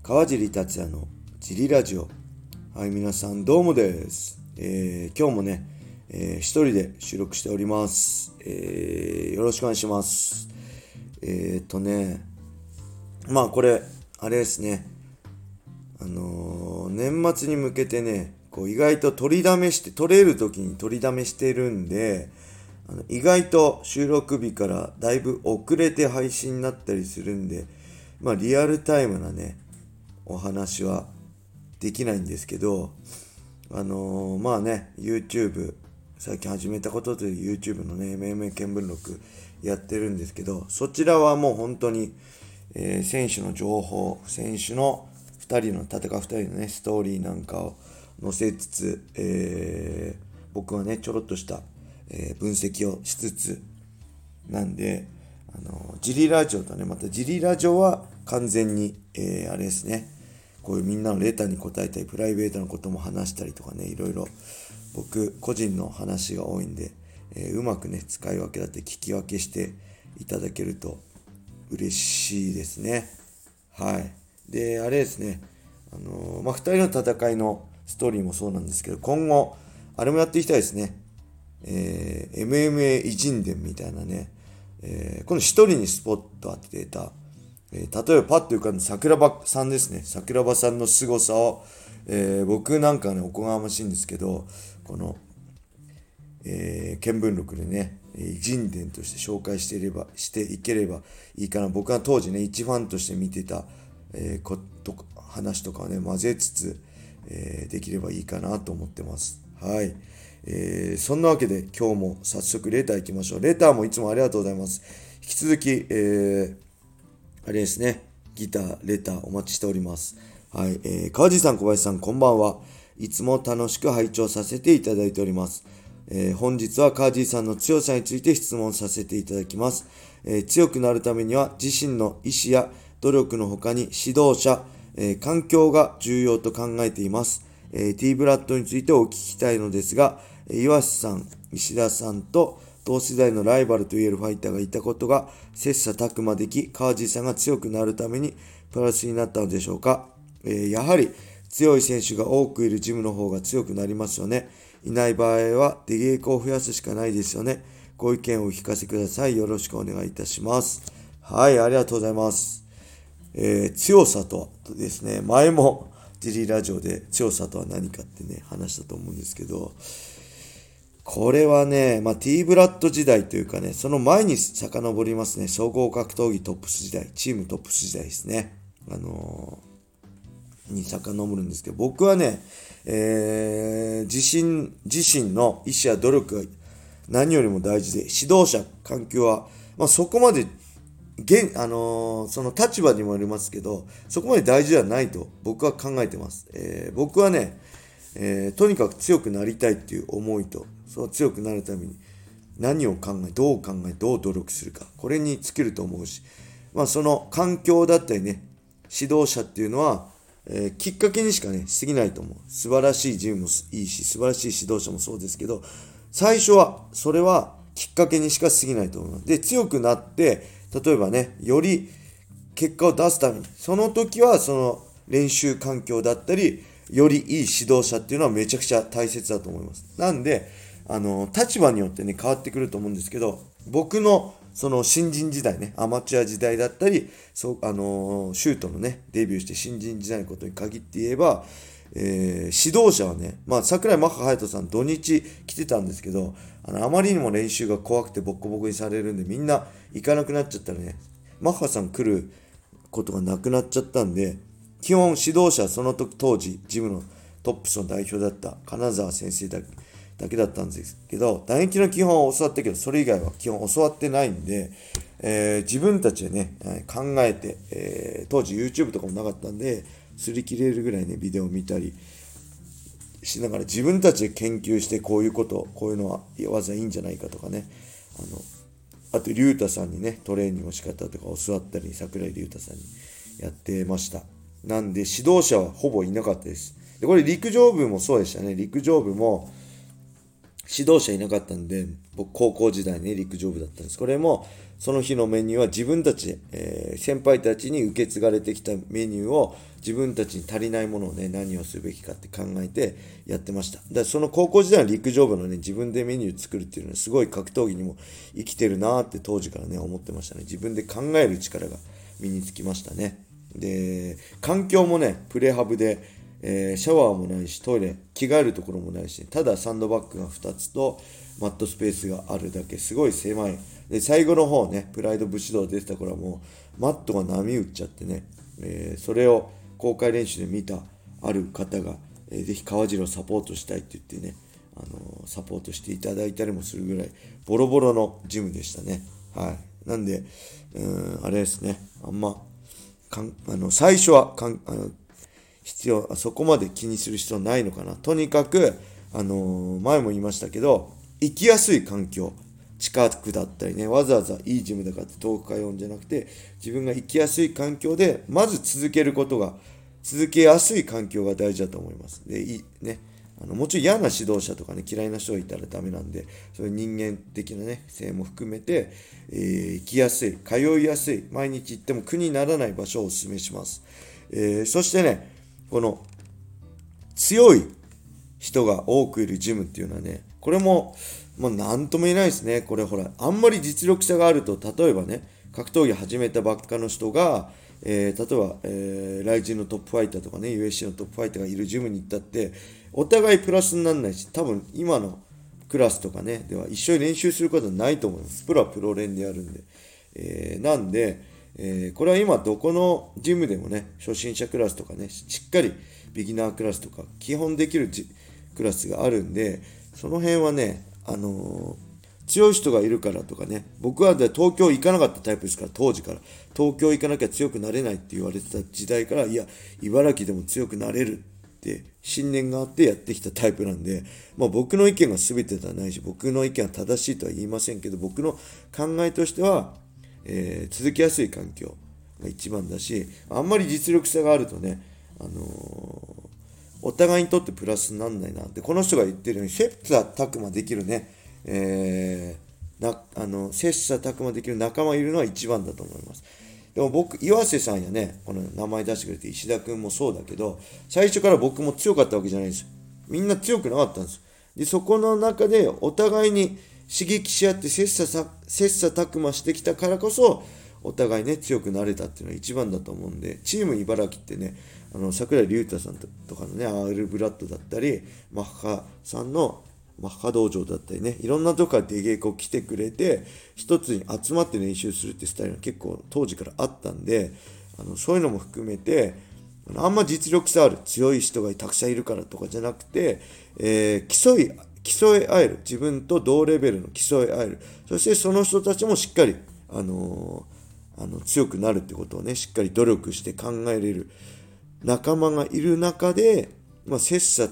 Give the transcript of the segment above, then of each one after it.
川尻達也のジリラジオ。はい、皆さんどうもです。今日もね、一人で収録しております。よろしくお願いします。これ、あれですね。年末に向けてね、意外と取れる時に取りだめしてるんで、意外と収録日からだいぶ遅れて配信になったりするんで、リアルタイムなね、お話はできないんですけど、YouTube、最近始めたことで YouTube のね、命名見聞録やってるんですけど、そちらはもう本当に、選手の情報、選手の戦う2人のね、ストーリーなんかを載せつつ、僕はね、ちょろっとした、分析をしつつ、なんで、ジリラジオとね、またジリラジオは完全に、あれですね、こういうみんなのレターに答えたり、プライベートのことも話したりとかね、いろいろ僕個人の話が多いんで、うまくね、使い分けだって聞き分けしていただけると嬉しいですね。はい。で、あれですね、二人の戦いのストーリーもそうなんですけど、今後、あれもやっていきたいですね。MMA 偉人伝みたいなね、この一人にスポット当てた、例えばパッと浮かんだ桜庭さんですね。桜庭さんの凄さを、僕なんかね、おこがましいんですけど、この、見聞録でね、偉人伝として紹介していければいいかな。僕は当時ね、一ファンとして見てた、話とかをね、混ぜつつ、できればいいかなと思ってます。はい。そんなわけで今日も早速レター行きましょう。レターもいつもありがとうございます。引き続き、あれですね、ギター、レターお待ちしております。はい、川地さん、小林さん、こんばんは。いつも楽しく拝聴させていただいております。本日は川地さんの強さについて質問させていただきます。強くなるためには自身の意志や努力の他に指導者、環境が重要と考えています。T ブラッドについてお聞きたいのですが、岩瀬さん、石田さんと同世代のライバルといえるファイターがいたことが切磋琢磨でき、川地さんが強くなるためにプラスになったのでしょうか。やはり強い選手が多くいるジムの方が強くなりますよね。いない場合は出稽古を増やすしかないですよね。ご意見をお聞かせください。よろしくお願いいたします。はい、ありがとうございます。強さとはですね、前もジリラジオで強さとは何かってね、話したと思うんですけど、これはね、T ブラッド時代というかね、その前に遡りますね。総合格闘技トップス時代、チームトップス時代ですね。に遡るんですけど、僕はね、自身の意思や努力が何よりも大事で、指導者、環境は、そこまで、その立場にもありますけど、そこまで大事ではないと僕は考えてます。僕はね、とにかく強くなりたいっていう思いと、そう強くなるために何を考え、どう努力するか、これに尽きると思うし、その環境だったりね、指導者っていうのは、きっかけにしかね、過ぎないと思う。素晴らしいジムもいいし、素晴らしい指導者もそうですけど、最初は、それはきっかけにしか過ぎないと思う。で、強くなって、例えばね、より結果を出すために、その時はその練習環境だったり、よりいい指導者っていうのはめちゃくちゃ大切だと思います。なんで、立場によってね、変わってくると思うんですけど、僕のその新人時代ね、アマチュア時代だったり、シュートのね、デビューして新人時代のことに限って言えば、指導者はね、桜井マッハ隼人さん土日来てたんですけど、あまりにも練習が怖くてボッコボコにされるんで、みんな行かなくなっちゃったらね、マッハさん来ることがなくなっちゃったんで、基本指導者はその時当時ジムのトップスの代表だった金沢先生だけだったんですけど、打撃の基本は教わったけど、それ以外は基本教わってないんで、自分たちでね、考えて、当時 YouTube とかもなかったんで、擦り切れるぐらいね、ビデオを見たりしながら自分たちで研究して、こういうのは技いいんじゃないかとかね、あと龍太さんにね、トレーニングの仕方とか教わったり、桜井龍太さんにやってました。なんで指導者はほぼいなかったです。で、これ陸上部もそうでしたね。陸上部も指導者いなかったんで、僕高校時代ね、陸上部だったんです。これも、その日のメニューは自分たちで、先輩たちに受け継がれてきたメニューを自分たちに足りないものをね、何をすべきかって考えてやってました。だからその高校時代の陸上部のね、自分でメニュー作るっていうのはすごい格闘技にも生きてるなーって当時からね、思ってましたね。自分で考える力が身につきましたね。で、環境もね、プレハブで、シャワーもないし、トイレ、着替えるところもないし、ただサンドバッグが2つと、マットスペースがあるだけ、すごい狭い。で、最後の方ね、プライド武士道出てた頃はもう、マットが波打っちゃってね、それを公開練習で見たある方が、ぜひ川尻をサポートしたいって言ってね、サポートしていただいたりもするぐらい、ボロボロのジムでしたね。はい。なんで、あれですね、あんま、最初はそこまで気にする必要ないのかな。とにかく、前も言いましたけど、行きやすい環境、近くだったりね、わざわざいいジムだからって遠く通うんじゃなくて、自分が行きやすい環境で、まず続けやすい環境が大事だと思います。で、もちろん嫌な指導者とかね、嫌いな人がいたらダメなんで、そういう人間的なね、性も含めて、行きやすい、通いやすい、毎日行っても苦にならない場所をお勧めします。そしてね、この強い人が多くいるジムっていうのはね、これも、なんとも言えないですね。これほら、あんまり実力差があると、例えばね、格闘技始めたばっかの人が、例えば、ライジンのトップファイターとかね、USC のトップファイターがいるジムに行ったって、お互いプラスにならないし、多分今のクラスとかね、では一緒に練習することはないと思います。プロはプロ練でやるんで。なんで、これは今どこのジムでもね、初心者クラスとかね、しっかりビギナークラスとか、基本できるクラスがあるんで、その辺はね、強い人がいるからとかね、僕は東京行かなかったタイプですから、当時から。東京行かなきゃ強くなれないって言われてた時代から、いや、茨城でも強くなれるって信念があってやってきたタイプなんで、僕の意見が全てではないし、僕の意見は正しいとは言いませんけど、僕の考えとしては、続きやすい環境が一番だし、あんまり実力差があるとね、お互いにとってプラスにならないなって、この人が言ってるように、切磋琢磨できるね、切磋琢磨できる仲間いるのは一番だと思います。でも僕、岩瀬さんやね、この名前出してくれて石田君もそうだけど、最初から僕も強かったわけじゃないんですよ。みんな強くなかったんです。で、そこの中でお互いに刺激し合って切磋琢磨してきたからこそ、お互いね、強くなれたっていうのが一番だと思うんで、チーム茨城ってね、桜井隆太さんとかのね、Rブラッドだったり、マッハさんのマッハ道場だったりね、いろんなとこから出稽古来てくれて、一つに集まって練習するってスタイルが結構当時からあったんで、そういうのも含めて、あんま実力差ある強い人がたくさんいるからとかじゃなくて、競い合える、自分と同レベルの競い合える、そしてその人たちもしっかり、強くなるってことをね、しっかり努力して考えれる仲間がいる中で、切磋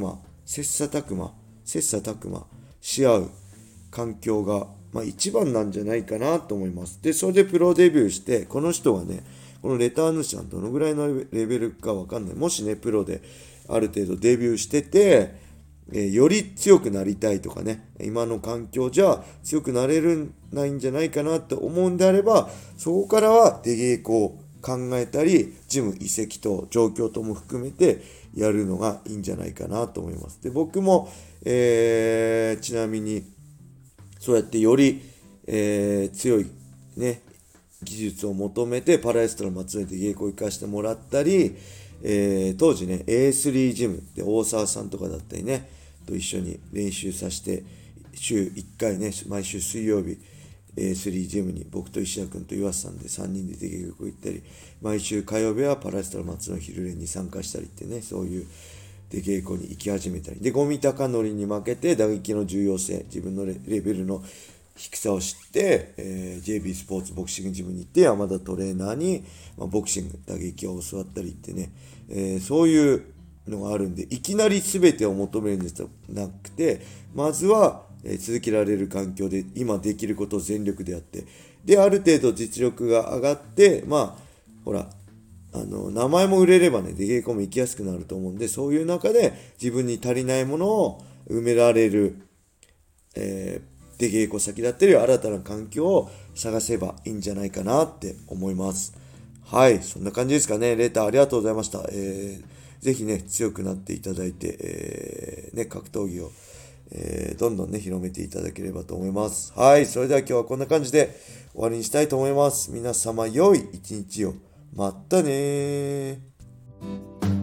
琢磨し合う環境が、一番なんじゃないかなと思います。で、それでプロデビューして、この人はね、このレターヌシはどのぐらいのレベルかわかんない。もしね、プロである程度デビューしてて、より強くなりたいとかね、今の環境じゃ強くなれるないんじゃないかなと思うんであれば、そこからは出稽古を考えたり、ジム移籍と状況とも含めてやるのがいいんじゃないかなと思います。で、僕も、ちなみに、そうやってより、強いね、技術を求めてパラエストラ松江で稽古を行かせてもらったり、当時ね A3 ジムで大沢さんとかだったりねと一緒に練習させて、週1回ね、毎週水曜日 A3 ジムに僕と石田君と岩瀬さんで3人で出稽古行ったり、毎週火曜日はパラエストラ松の昼練に参加したりってね、そういう出稽古に行き始めたりで、五味隆則に負けて打撃の重要性、自分のレベルの低さを知って、JB スポーツボクシングジムに行って山田トレーナーに、ボクシング打撃を教わったりってね、そういうのがあるんで、いきなり全てを求めるんじゃなくて、まずは、続けられる環境で今できることを全力でやって、である程度実力が上がって、ほら名前も売れればね、出稽古も行きやすくなると思うんで、そういう中で自分に足りないものを埋められる出稽古先だったり新たな環境を探せばいいんじゃないかなって思います。はい、そんな感じですかね。レターありがとうございました。ぜひね、強くなっていただいて、格闘技を、どんどんね、広めていただければと思います。はい、それでは今日はこんな感じで終わりにしたいと思います。皆様、良い一日を。まったねー。